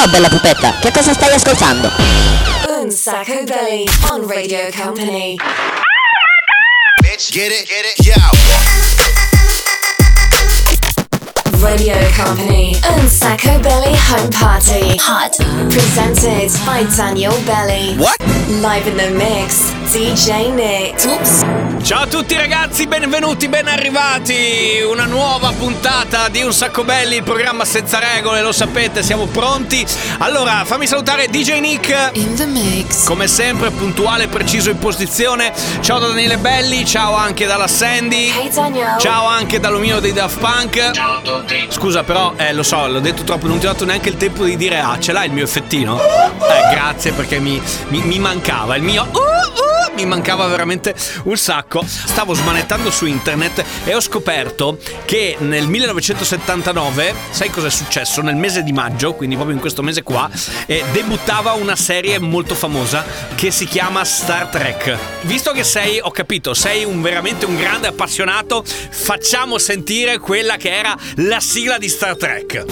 Ciao bella pupetta, che cosa stai ascoltando? Un Sacco Belly on Radio Company. Bitch, get it, yo. Radio Company Un Sacco Belly Home Party. Hot. Presented by Daniel Belly. What? Live in the mix, DJ Nick. Oops. Ciao a tutti ragazzi, benvenuti, ben arrivati. Una nuova puntata di Un Sacco Belli, il programma senza regole, lo sapete, siamo pronti. Allora, fammi salutare DJ Nick. In the mix. Come sempre, puntuale, preciso in posizione. Ciao da Daniele Belli, ciao anche dalla Sandy. Hey Daniel. Ciao anche dall'omino dei Daft Punk. Ciao a tutti. Scusa però, lo so, l'ho detto troppo, non ti ho dato neanche il tempo di dire ce l'hai il mio effettino? Grazie perché mi mancava il mio mi mancava veramente un sacco. Stavo smanettando su internet e ho scoperto che nel 1979, sai cosa è successo? Nel mese di maggio, quindi proprio in questo mese qua, debuttava una serie molto famosa che si chiama Star Trek. Visto che sei veramente un grande appassionato, facciamo sentire quella che era la sigla di Star Trek.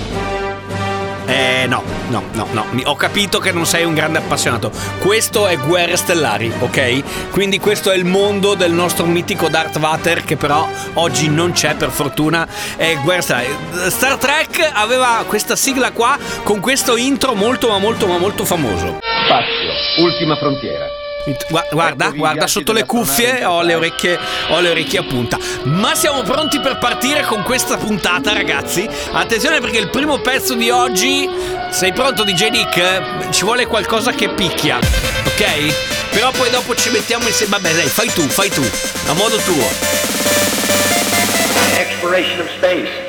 No, ho capito che non sei un grande appassionato. Questo è Guerre Stellari, ok? Quindi questo è il mondo del nostro mitico Darth Vader, che però oggi non c'è per fortuna. Guerre Stellari. Star Trek aveva questa sigla qua con questo intro molto famoso. Spazio, ultima frontiera. Guarda, sotto le cuffie ho le orecchie a punta. Ma siamo pronti per partire con questa puntata, ragazzi. Attenzione perché il primo pezzo di oggi, sei pronto DJ Nick? Ci vuole qualcosa che picchia, ok? Però poi dopo ci mettiamo insieme. Vabbè dai, fai tu, a modo tuo. Exploration of space.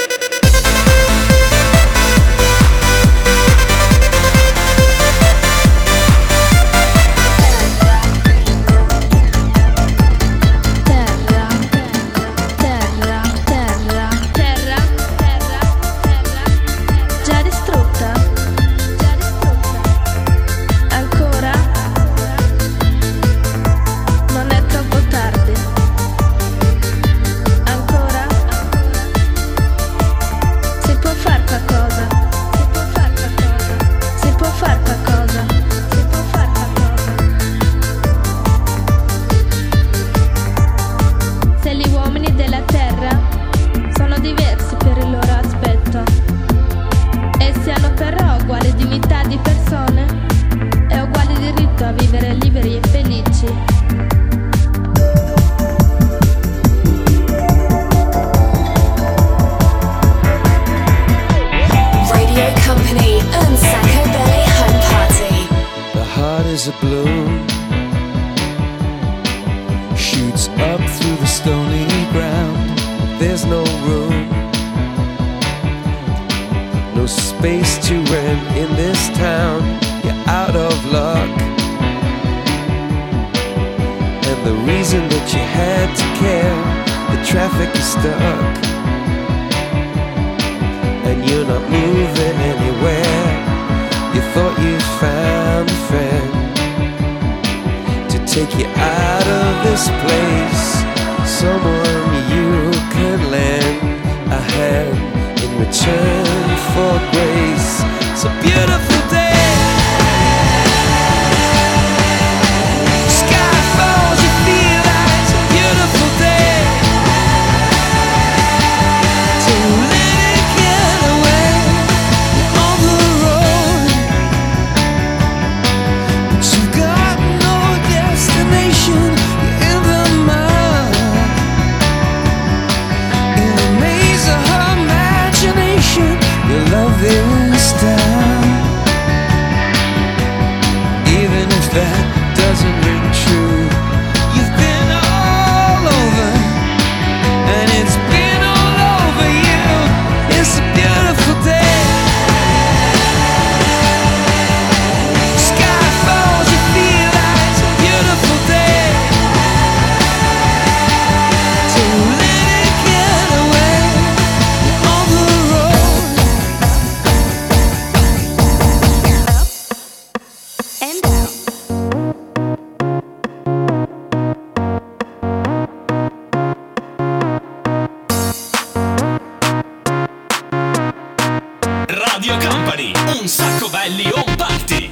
sacco belli Home Party.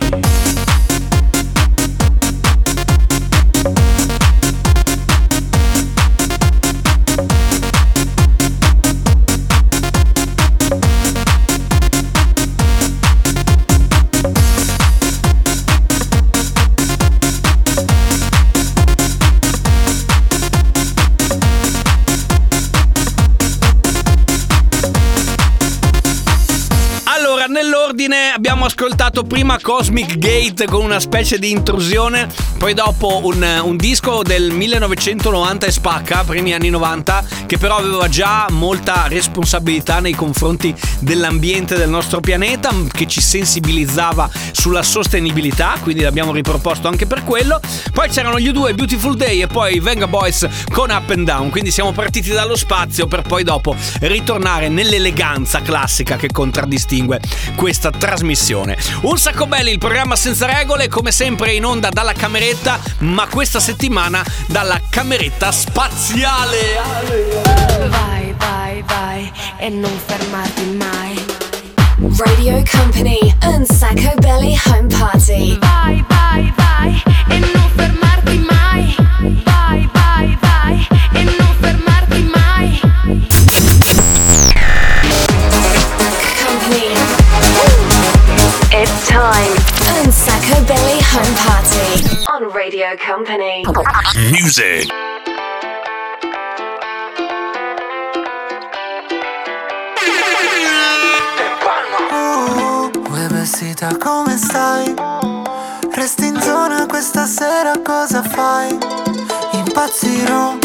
Nell'ordine abbiamo ascoltato prima Cosmic Gate con una specie di intrusione, poi dopo un disco del 1990 e spacca, primi anni 90, che però aveva già molta responsabilità nei confronti dell'ambiente del nostro pianeta, che ci sensibilizzava sulla sostenibilità, quindi l'abbiamo riproposto anche per quello. Poi c'erano gli U2, Beautiful Day, e poi Venga Boys con Up and Down, quindi siamo partiti dallo spazio per poi dopo ritornare nell'eleganza classica che contraddistingue questa trasmissione. Un sacco belli, il programma senza regole, come sempre in onda dalla cameretta, ma questa settimana dalla cameretta spaziale. Vai, vai, vai e non fermarti mai. Radio Company and Sacco Belly Home Party. Vai, vai, vai e non fermarti mai. Vai, vai, vai e non fermarti mai. Company. It's time. And Sacco Belly Home Party on Radio Company. Music. Vestita come stai? Resti in zona questa sera, cosa fai? Impazzirò,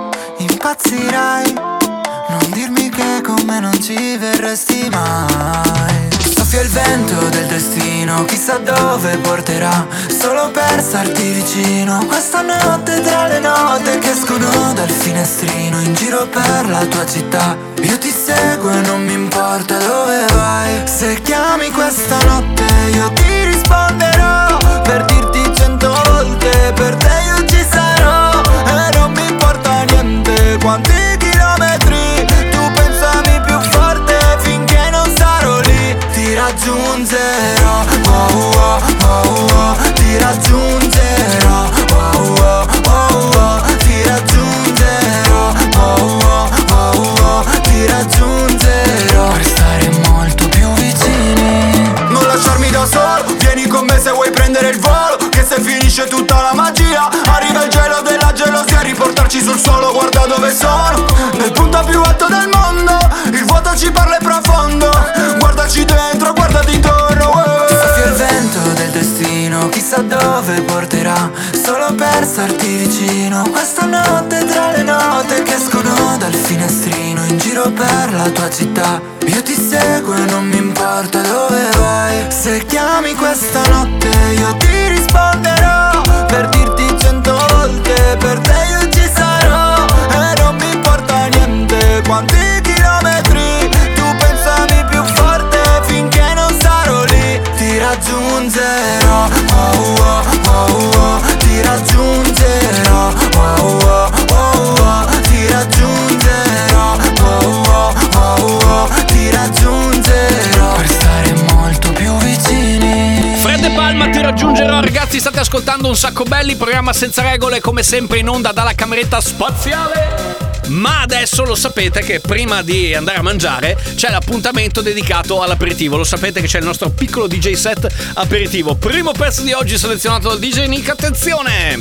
impazzirai. Non dirmi che con me non ci verresti mai. Soffia il vento del destino, chissà dove porterà, solo per starti vicino. Questa notte tra le note che escono dal finestrino, in giro per la tua città, io ti seguo e non mi importa dove vai. Se chiami questa notte io ti risponderò, per dirti 100 volte per te io ci sarò. E non mi importa niente quanti chilometri, tu pensami più forte finché non sarò lì. Ti raggiungerò, oh oh oh oh, ti raggiungerò, oh oh oh oh, ti raggiungerò, oh oh oh oh, ti raggiungerò, per stare molto più vicini. Non lasciarmi da solo, vieni con me se vuoi prendere il volo, che se finisce tutta la magia arriva il gelo della gelosia, riportarci sul suolo, guarda dove sono, nel punto più alto del mondo, il vuoto ci parla e profondo, guardaci dentro, guardati intorno. Soffia il vento del destino, chissà dove porterà, solo per starti vicino. Questa notte tra le note che escono dal finestrino, in giro per la tua città, io ti seguo e non mi importa dove vai. Se chiami questa notte io ti risponderò, per dirti 100 volte per te io ci sarò. E non mi importa niente quanti chilometri, tu pensami più forte finché non sarò lì. Ti raggiungerò, oh oh oh oh, ti raggiungerò, oh oh oh oh, ti raggiungerò, oh oh oh oh, ti raggiungerò, per stare molto più vicini. Fred De Palma, ti raggiungerò. Ragazzi, state ascoltando Un Sacco Belli, programma senza regole, come sempre in onda dalla cameretta spaziale. Ma adesso lo sapete che prima di andare a mangiare c'è l'appuntamento dedicato all'aperitivo. Lo sapete che c'è il nostro piccolo DJ set aperitivo. Primo pezzo di oggi selezionato dal DJ Nick, attenzione!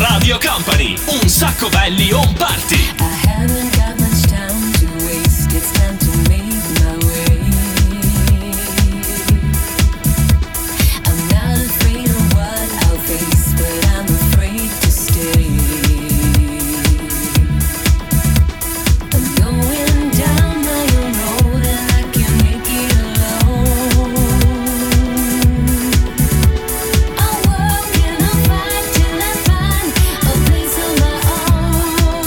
Radio Company, un sacco belli on party. I haven't got much time to waste. It's time to make my way. I'm not afraid of what I'll face, but I'm afraid to stay. I'm going down my own road and I can't make it alone. I'll work and I'll fight till I find a place of my own.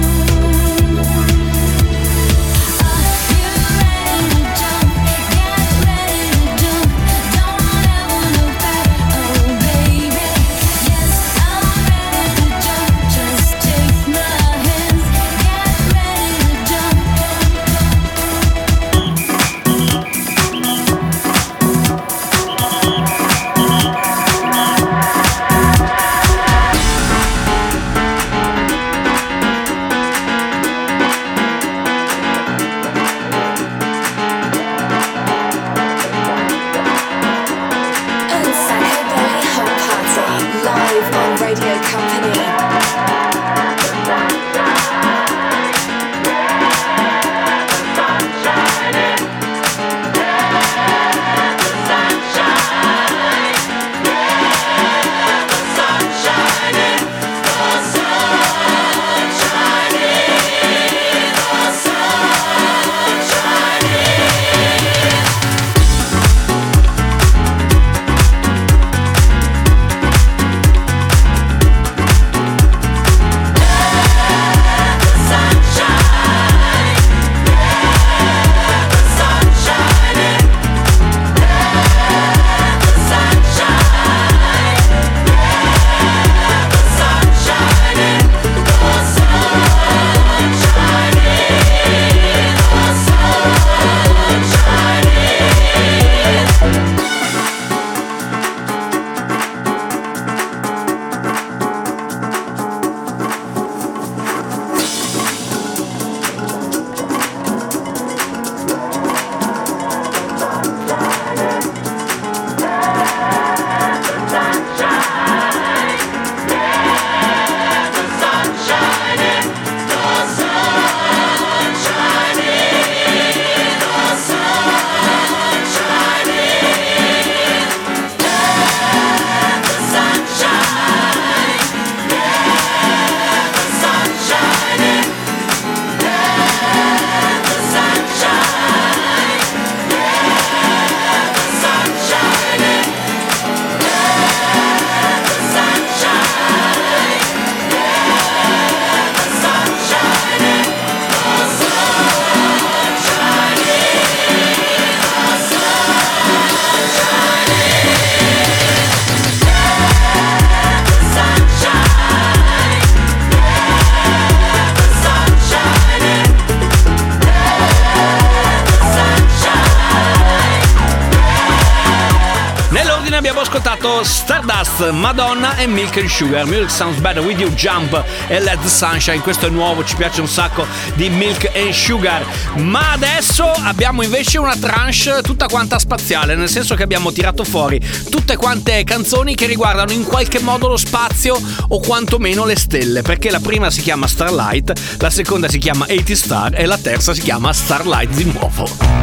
Abbiamo ascoltato Stardust, Madonna e Milk and Sugar. Milk Sounds Better With You, Jump e Let the Sunshine. Questo è nuovo, ci piace un sacco di Milk and Sugar. Ma adesso abbiamo invece una tranche tutta quanta spaziale, nel senso che abbiamo tirato fuori tutte quante canzoni che riguardano in qualche modo lo spazio o quantomeno le stelle, perché la prima si chiama Starlight, la seconda si chiama 80 Star e la terza si chiama Starlight di nuovo.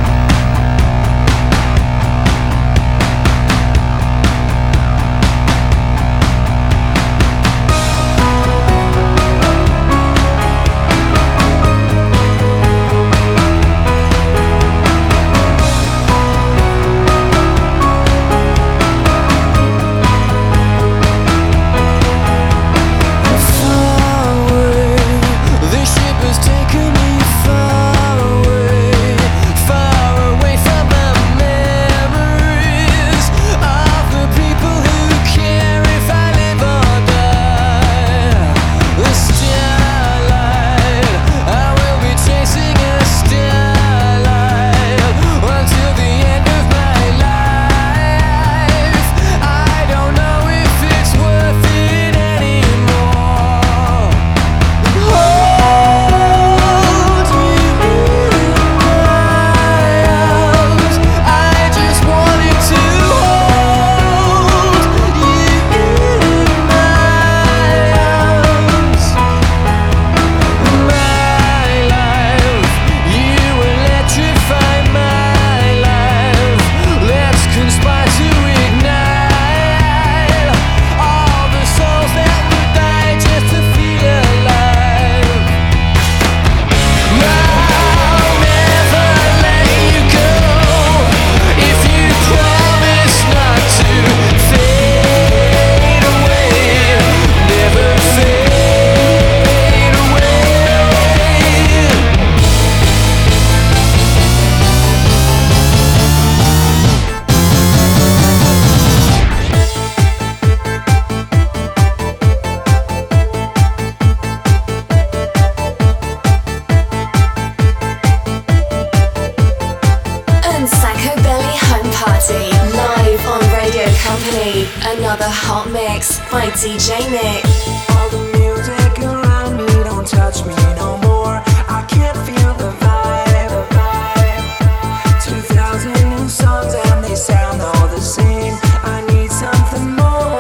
This ship has taken me far away, far Radio Company, another hot mix by DJ Nick. All the music around me don't touch me no more. I can't feel the vibe. 2,000 new songs and they sound all the same. I need something more.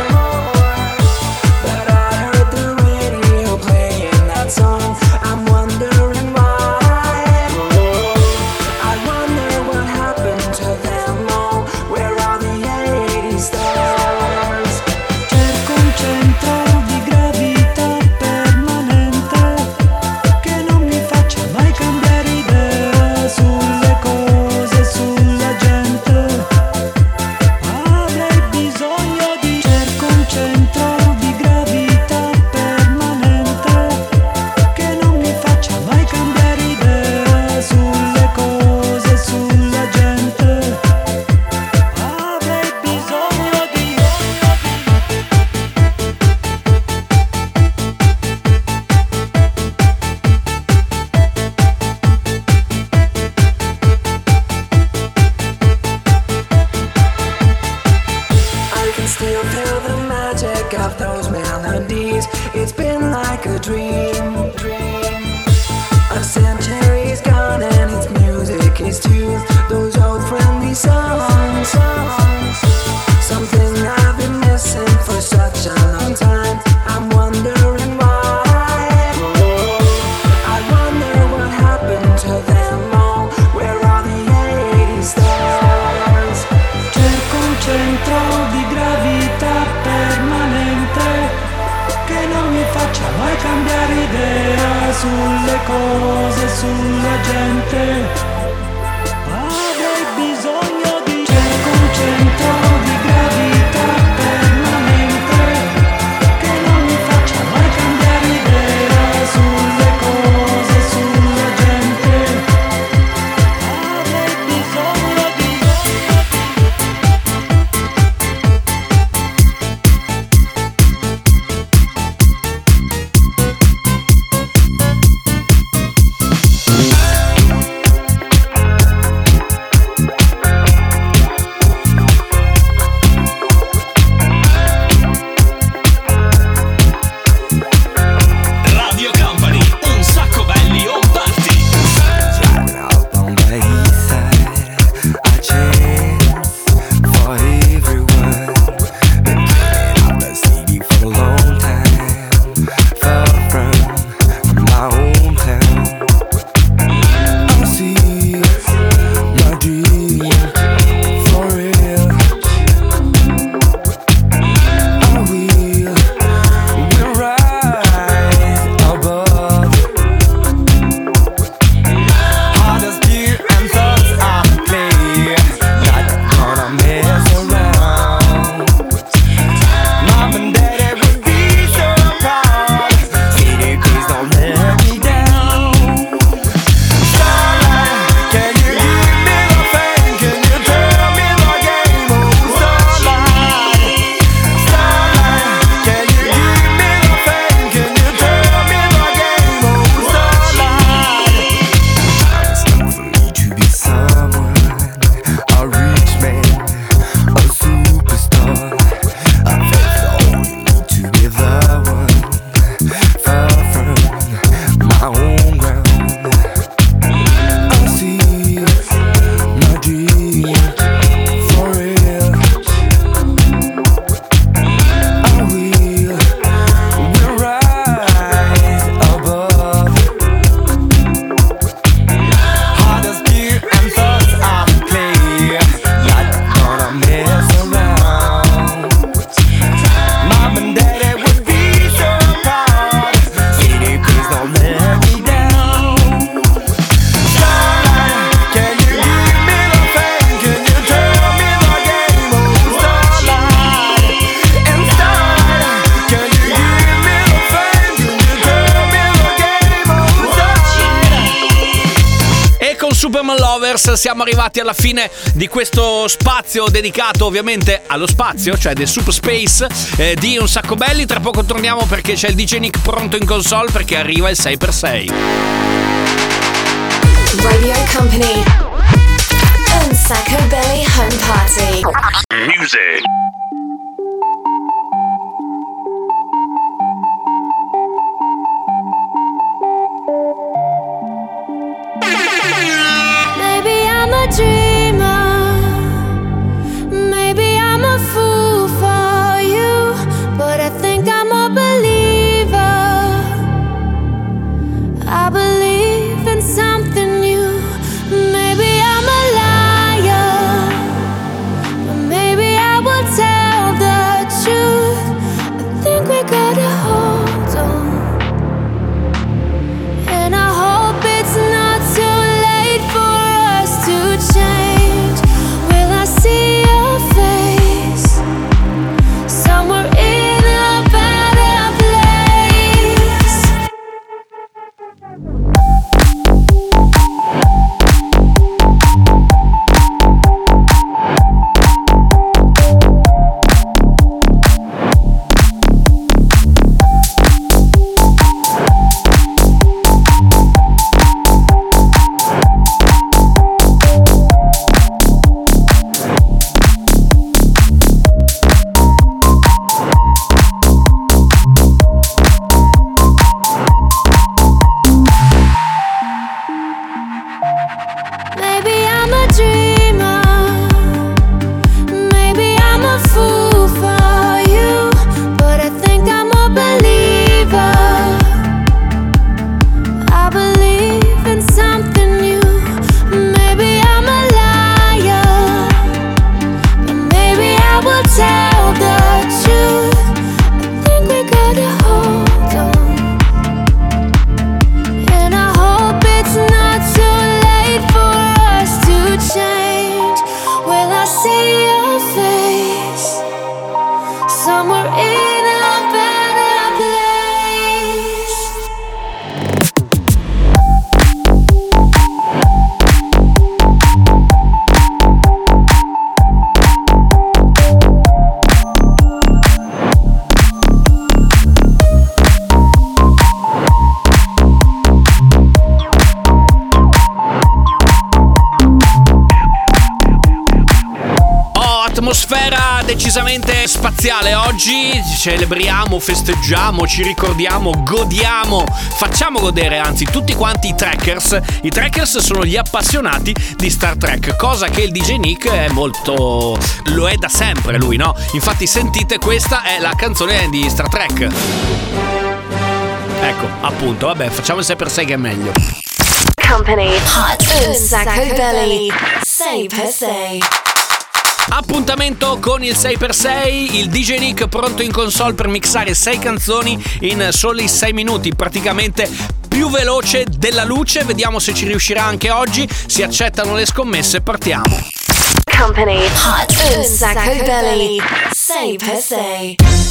But I heard the radio playing that song. I'm wondering why. I wonder what happened to them all. Where are the 80 stars? Cerco un centro di gravità permanente che non mi faccia mai cambiare idea sulle cose, sulla gente. Avrei bisogno di cerco un centro di gravità permanente che non mi faccia mai cambiare idea sulle cose, sulla gente. Avrei bisogno di I can still feel the magic of those melodies. It's been like a dream. A century's gone and its music is too. Those old friendly songs. Something I've been missing for such a long time. I'm wondering why. I wonder what happened to them all. Where are the 80 stars? Cerco un centro di gravità permanente che non mi faccia mai cambiare idea sulle cose, sulla gente. Avrei bisogno di cerco un centro di gravità permanente che non mi faccia mai cambiare idea sulle cose, sulla gente. Avrei bisogno di Radio Company, un sacco belli on party. Driving out on the east side, a chance for everyone. Been playing out the CD for a long time, far from my hometown. I see my dream for real. I will rise above. All the spirit and thoughts I play, not gonna mess around. Mom and daddy would be so proud. City, please don't let me down. Starlight, can you give me the fame? Can you tell me the game? Oh, Starlight. Starlight, can you give me the fame? Can you tell me the game? Oh, Starlight. It's time for me to be someone, a rich man, a superstar. I felt all you need to be the one, far from my home ground. I see my dream for real. I will rise above. All the spirit and thoughts I play, not gonna mess around. Mom and daddy would be so proud. City, please don't let me down. Starlight, can you give me the fame? Can you tell me the game? Oh, Starlight. And Starlight, can you give me the fame? Can you tell me the game? Oh, Starlight. E con Superman Lovers siamo arrivati alla fine di questo spazio dedicato ovviamente allo spazio, cioè del Subspace di Un Sacco Belli. Tra poco torniamo perché c'è il DJ Nick pronto in console perché arriva il 6x6. Radio Company, Un Sacco Belly Home Party. music. Maybe I'm a dreamer, maybe I'm a fool for you, but I think I'm a believer. I believe in something new. Maybe I'm a liar, but maybe I will tell the truth. I think we gotta hold on, and I hope it's not too late for us to change. Will I see your face somewhere in a better place? Maybe I'm a dreamer, maybe I'm a fool for you, but I think I'm a believer. I believe in something new. Maybe I'm a liar, but maybe I will tell the truth. I think we gotta hold on, and I hope it's not too late for us to change. Will I see your face somewhere in a better place? Atmosfera decisamente spaziale oggi. Celebriamo, festeggiamo, ci ricordiamo, godiamo, facciamo godere anzi tutti quanti i trekkers. I trekkers sono gli appassionati di Star Trek, cosa che il DJ Nick è molto... lo è da sempre lui, no? Infatti sentite, questa è la canzone di Star Trek. Ecco, appunto, vabbè, facciamo il 6x6 che è meglio. Company Hot un Sacco Belly 6x6. Appuntamento con il 6x6, il DJ Nick pronto in console per mixare 6 canzoni in soli 6 minuti, praticamente più veloce della luce. Vediamo se ci riuscirà anche oggi. Si accettano le scommesse, partiamo. Company Hot un Sacco Belly 6x6.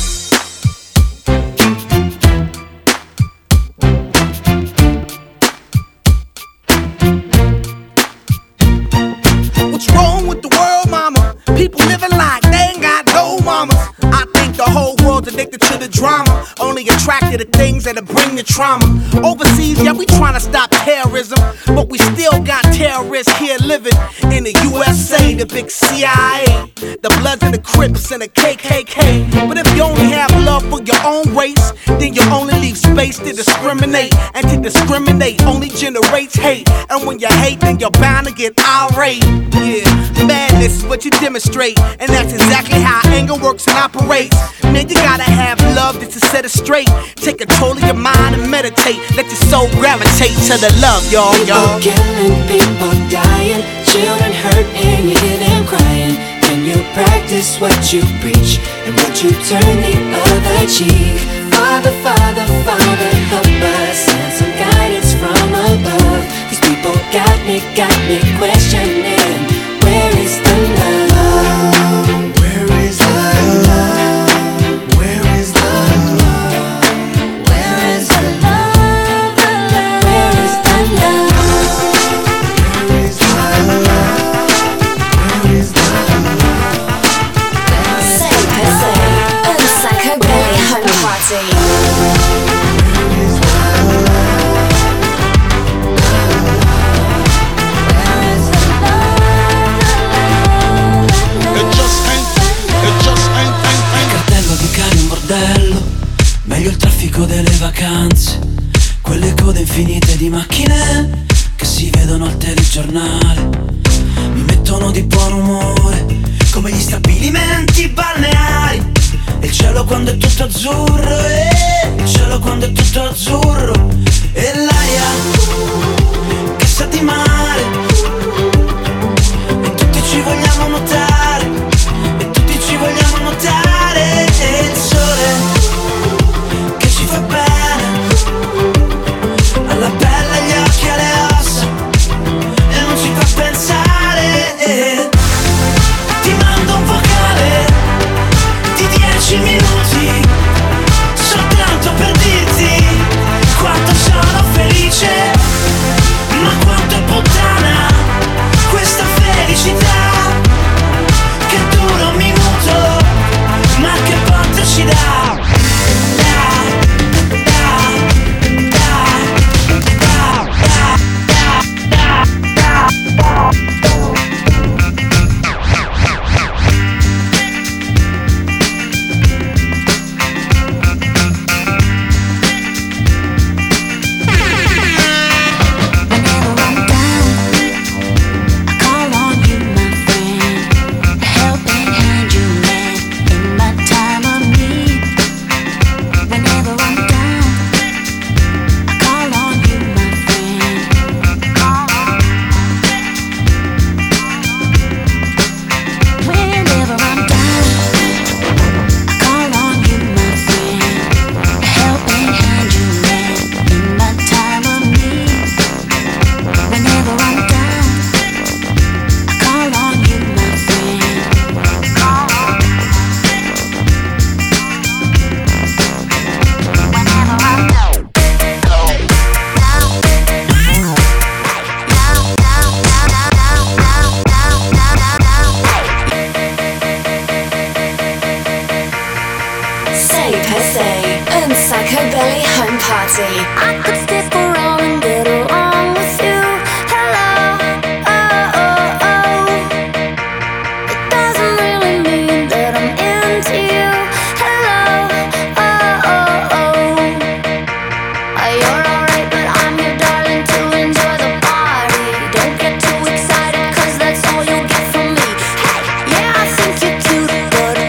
What's wrong with the world, mama? People living like they ain't got no mamas. I think the whole world's addicted to the drama, only attracted to things that'll bring the trauma. Overseas, yeah, we trying to stop terrorism, but we still got terrorists here living in the USA, the big CIA, the Bloods and the Crips and the KKK. But if you only have love for your own race, then you only leave space to discriminate, and to discriminate only generates hate. And when you hate, then you're bound to get irate. Yeah, madness is what you demonstrate, and that's exactly how anger works and operates. Man, you gotta have love just to set it straight. Take control of your mind and meditate. Let your soul gravitate to the love, y'all. People killing, people dying, children hurt and you hear them crying. Can you practice what you preach and would you turn the other cheek? Father, Father, Father, help us, send some guidance from above. These people got me questioning, where is the love? Where is the love? Where is the love? Where is the love? Where is the love? Where is the love? Where is the love? Say per se, un Sacco Belly home party. infinite di macchine che si vedono al telegiornale, mi mettono di buon umore come gli stabilimenti balneari. E il cielo quando è tutto azzurro, il cielo quando è tutto azzurro, e l'aria che sa di mare, e tutti ci vogliamo nuotare, e tutti ci vogliamo nuotare, e il sole che ci fa bene alla pelle, agli occhi, alle ossa, e non ci fa pensare, ti mando un vocale di 10 minuti soltanto per dirti quanto sono felice, ma quanto è puttana questa felicità che dura un minuto, ma che botta ci dà.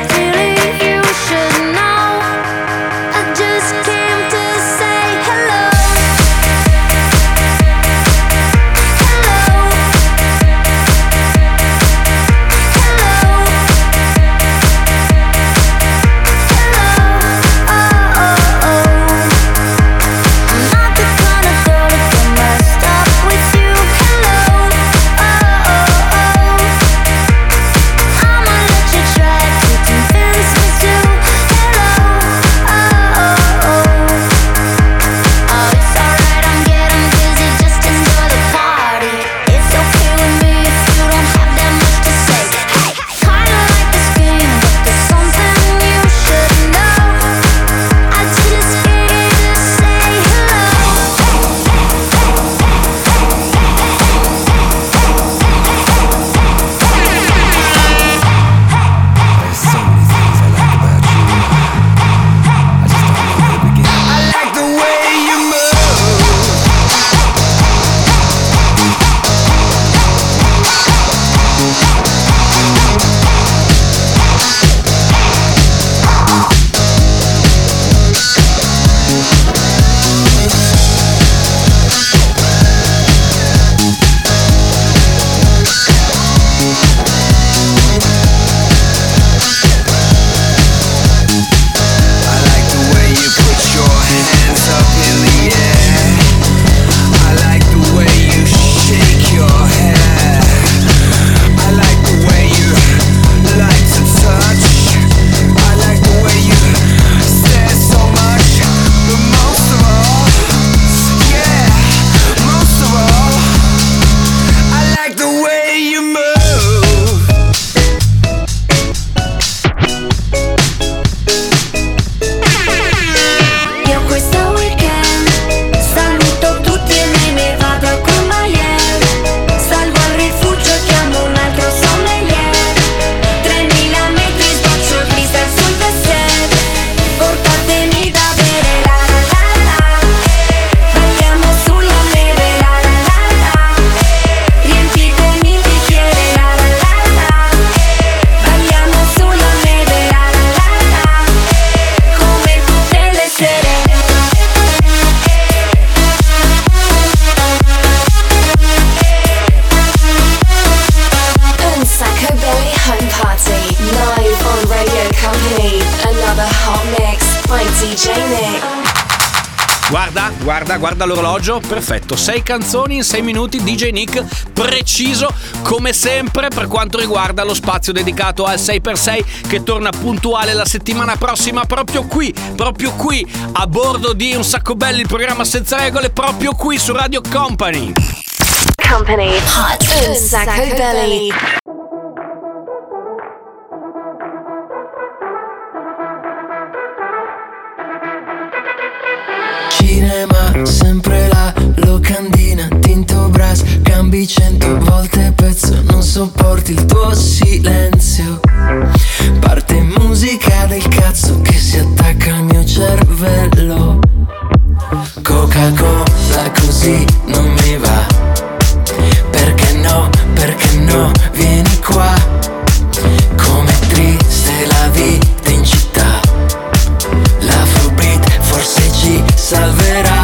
Just came to say hello. DJ Nick. Guarda l'orologio, perfetto, 6 canzoni in 6 minuti, DJ Nick, preciso come sempre per quanto riguarda lo spazio dedicato al 6x6 che torna puntuale la settimana prossima proprio qui, a bordo di Un Sacco Belli, il programma senza regole, proprio qui su Radio Company. Company Hot Un Sacco Belly. Cinema, sempre la locandina, tinto brass, cambi 100 volte pezzo, non sopporti il tuo silenzio. Parte musica del cazzo che si attacca al mio cervello. Coca-Cola così non mi va. Perché no, vieni qua. Com'è triste la vita in città. L'Afrobeat forse ci salverà.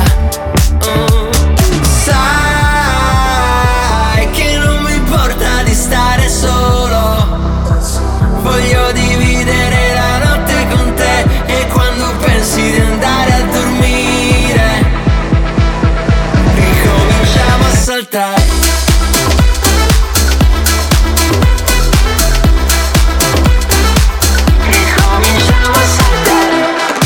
Sai che non mi importa di stare solo. Voglio dividere la notte con te. E quando pensi di andare a dormire, ricominciamo a saltare. Ricominciamo a saltare.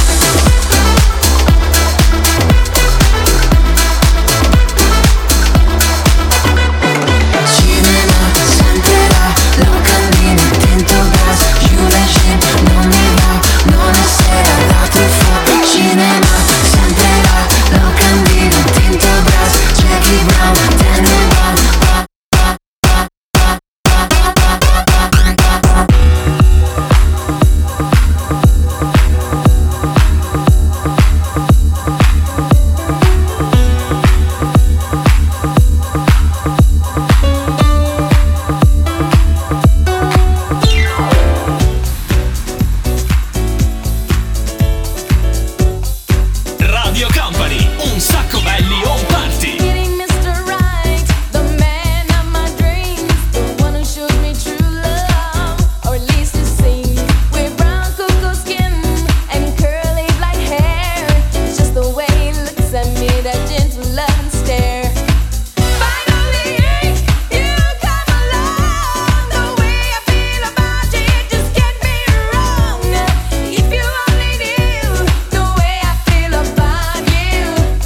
Cinema, sempre la locandina, tinto gas, Giulia Jean, non mi va, non è sera da truffa. Cinema, sempre la locandina, tinto gas, Jackie Brown, Tenenbaum. Radio Company, Un Sacco Belli Home Party. Getting Mr. Right, the man of my dreams, the one who shows me true love, or at least it seems. With brown cocoa skin and curly black hair, it's just the way he looks at me, that gentle love and stare. Finally, you come along. The way I feel about you, it just can't be wrong. If you only knew the way I feel about you,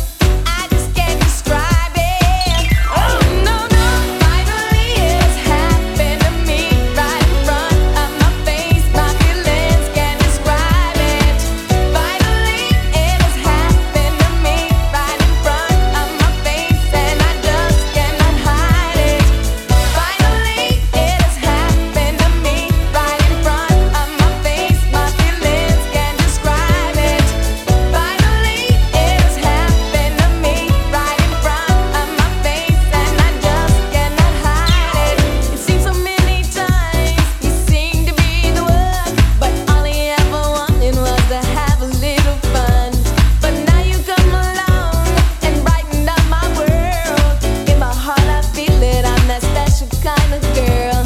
I just can't describe it. Oh no, finally it's happened to me right in front of my face. My feelings can't describe it. Finally it has happened to me right in front of my face, and I just cannot hide it. Finally it has happened to me right in front of my face. My feelings can't describe it. Finally it has happened to me right in front of my face, and I just cannot hide it. It seems so many times he seemed to be the one, but all he ever wanted was to have a little fun. But now you come along and brighten up my world. In my heart I feel it, I'm that special kind of girl.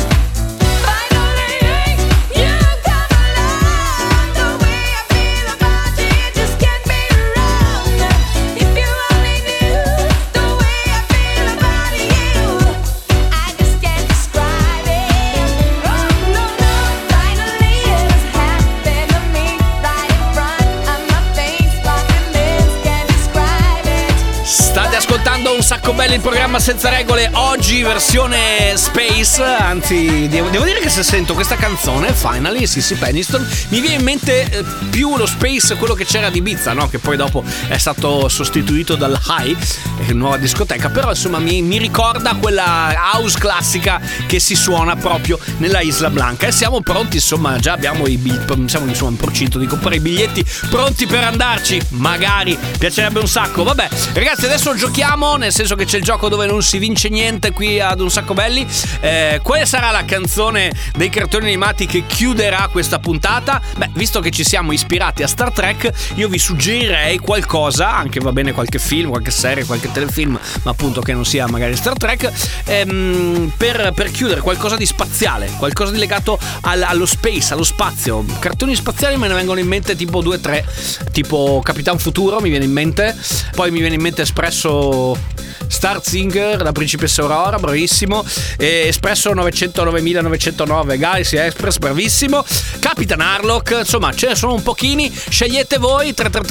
Finally you come along. The way I feel about you, it just can't be wrong. If you only knew the way I feel about you, I just can't describe it. Oh no, finally it has happened to me right in front of my face. My feelings can't describe it. State ascoltando Un Sacco Belli, il programma senza regole, oggi versione Space, anzi devo dire che se sento questa canzone, Finally, Sissy Peniston, mi viene in mente più lo Space, quello che c'era di Ibiza, no? Che poi dopo è stato sostituito dal High, nuova discoteca, però insomma mi ricorda quella house classica che si suona proprio nella Isla Blanca, e siamo pronti, insomma già abbiamo siamo insomma in procinto di comprare i biglietti, pronti per andarci, magari, piacerebbe un sacco. Vabbè ragazzi, adesso giochiamo nel senso che c'è il gioco dove non si vince niente qui ad Un Sacco Belli. Quale sarà la canzone dei cartoni animati che chiuderà questa puntata? Beh, visto che ci siamo ispirati a Star Trek, io vi suggerirei qualcosa, anche va bene qualche film, qualche serie, qualche telefilm, ma appunto che non sia magari Star Trek, per chiudere qualcosa di spaziale, qualcosa di legato allo space, allo spazio. Cartoni spaziali me ne vengono in mente tipo 2-3, tipo Capitan Futuro mi viene in mente, poi mi viene in mente Espresso Star Singer, la principessa Aurora, bravissimo, Espresso 909909, Galaxy Express, bravissimo, Capitan Harlock, insomma ce ne sono un pochini, scegliete voi.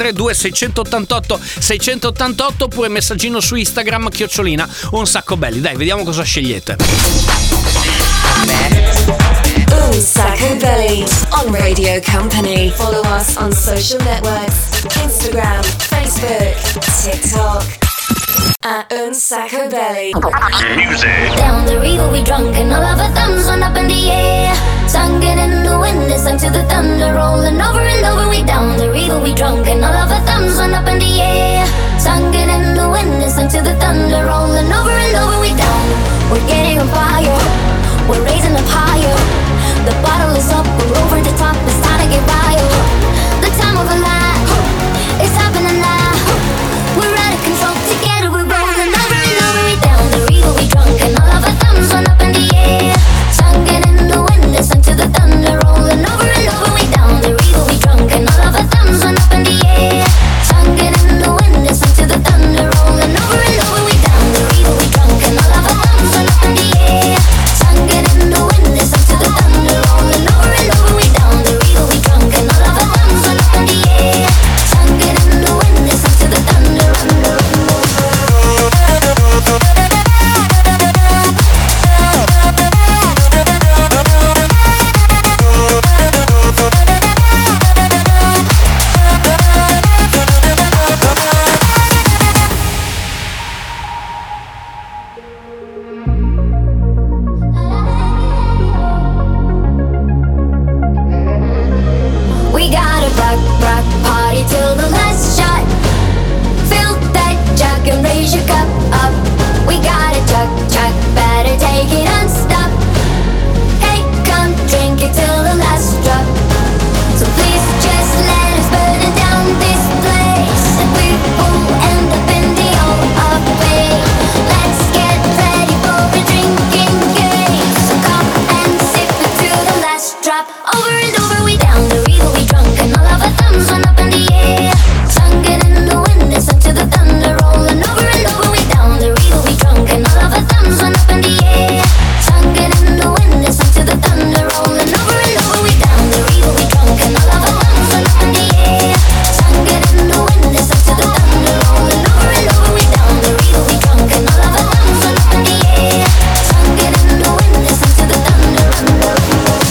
333-2688-688 oppure messaggino su Instagram @ Un Sacco Belli. Dai, vediamo cosa scegliete. Un Sacco Belly on Radio Company. Follow us on social networks: Instagram, Facebook, TikTok. At Un Sacco Belly. Music. Down the river we drunk and all of our thumbs went up in the air. Singing in the wind, listening to the thunder rolling over and over. We down the river we drunk and all of our thumbs went up in the air. Singing in the wind, listening to the thunder rolling over and over. We down, we're getting on fire, we're raising up higher. The bottle is up, we're over the top, it's time to get wild. The time of our life, it's happening now. We're out of control, together we're rolling over and over. We down the river we drunk and all of our thumbs went up in the air. Singing in the wind, listen to the thunder rolling over and over. We down the river we drunk and all of our thumbs went up in the air. Singing in the wind, listen to the thunder rolling over and over. We down the river we drunk and all of our thumbs went up in the air. Singing in the wind, listen to the thunder rolling over and over. We down the river we drunk and all of our thumbs went up in the air. Singing in the wind, listen to the thunder rolling over. We got a rock party till the last shot. Fill that jug and raise your cup up. We got a chug, better take it and stop. Hey, come drink it till the last drop. So please just let us burn it down this place, and we will end up in the of way. Let's get ready for a drinking game. So come and sip it to the last drop. Over and over we down the river we drunk and all of our thumbs went up in the air. Singing in the wind, listen to the thunder rolling over and over. We down the river we drunk and all of our thumbs went up in the air. Singing in the wind, listen to the thunder rolling over and over. We down the river we drunk and all of our thumbs went up in the air. Singing in the wind, listen to the thunder rolling over and over. We down the river we drunk and all of our thumbs went up in the air. Singing in the wind, listen to the thunder rolling over.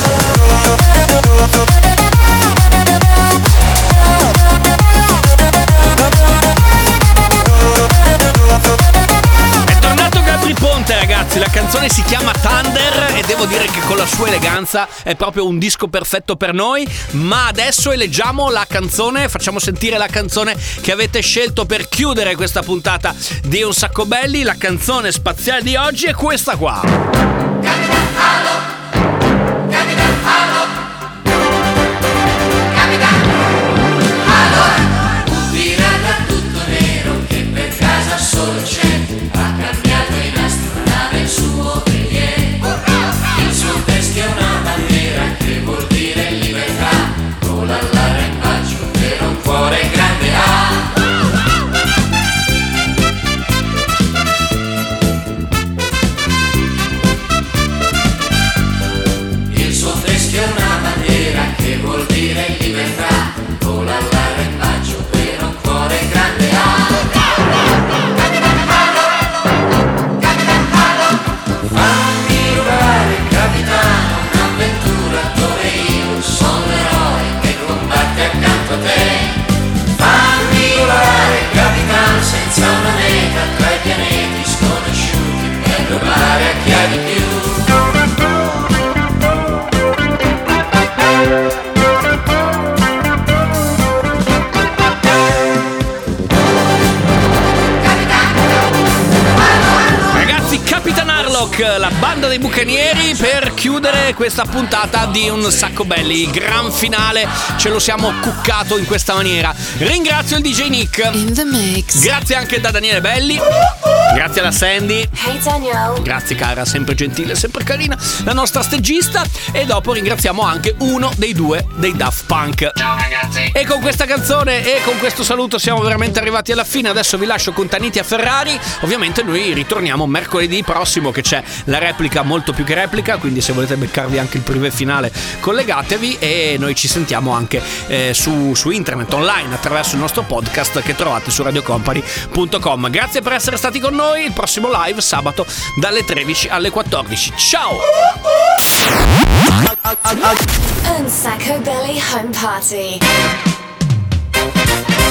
È tornato Gabri Ponte, ragazzi, la canzone si chiama Thunder e devo dire che con la sua eleganza è proprio un disco perfetto per noi. Ma adesso eleggiamo la canzone, facciamo sentire la canzone che avete scelto per chiudere questa puntata di Un Sacco Belli. La canzone spaziale di oggi è questa qua. Solo c'è, ha cambiato in astronave il suo velier. Il suo teschio è una bandiera che vuol dire libertà. Vola all'arrembaggio per un cuore grande ha. Il suo teschio è una Rock, la banda dei bucanieri, per chiudere questa puntata di Un Sacco Belli. Gran finale, ce lo siamo cuccato in questa maniera. Ringrazio il DJ Nick. In the mix. Grazie anche da Daniele Belli. Grazie alla Sandy. Hey Danielle. Grazie cara, sempre gentile, sempre carina, la nostra stagista. E dopo ringraziamo anche uno dei due dei Daft Punk. Ciao ragazzi. E con questa canzone e con questo saluto siamo veramente arrivati alla fine. Adesso vi lascio con Taniti a Ferrari. Ovviamente noi ritorniamo mercoledì prossimo, che c'è la replica, molto più che replica, quindi se volete beccarvi anche il privé finale collegatevi, e noi ci sentiamo anche su internet online attraverso il nostro podcast che trovate su radiocompany.com. Grazie per essere stati con noi. Il prossimo live sabato dalle 13 alle 14. Ciao. Un Sacco Belly Home Party.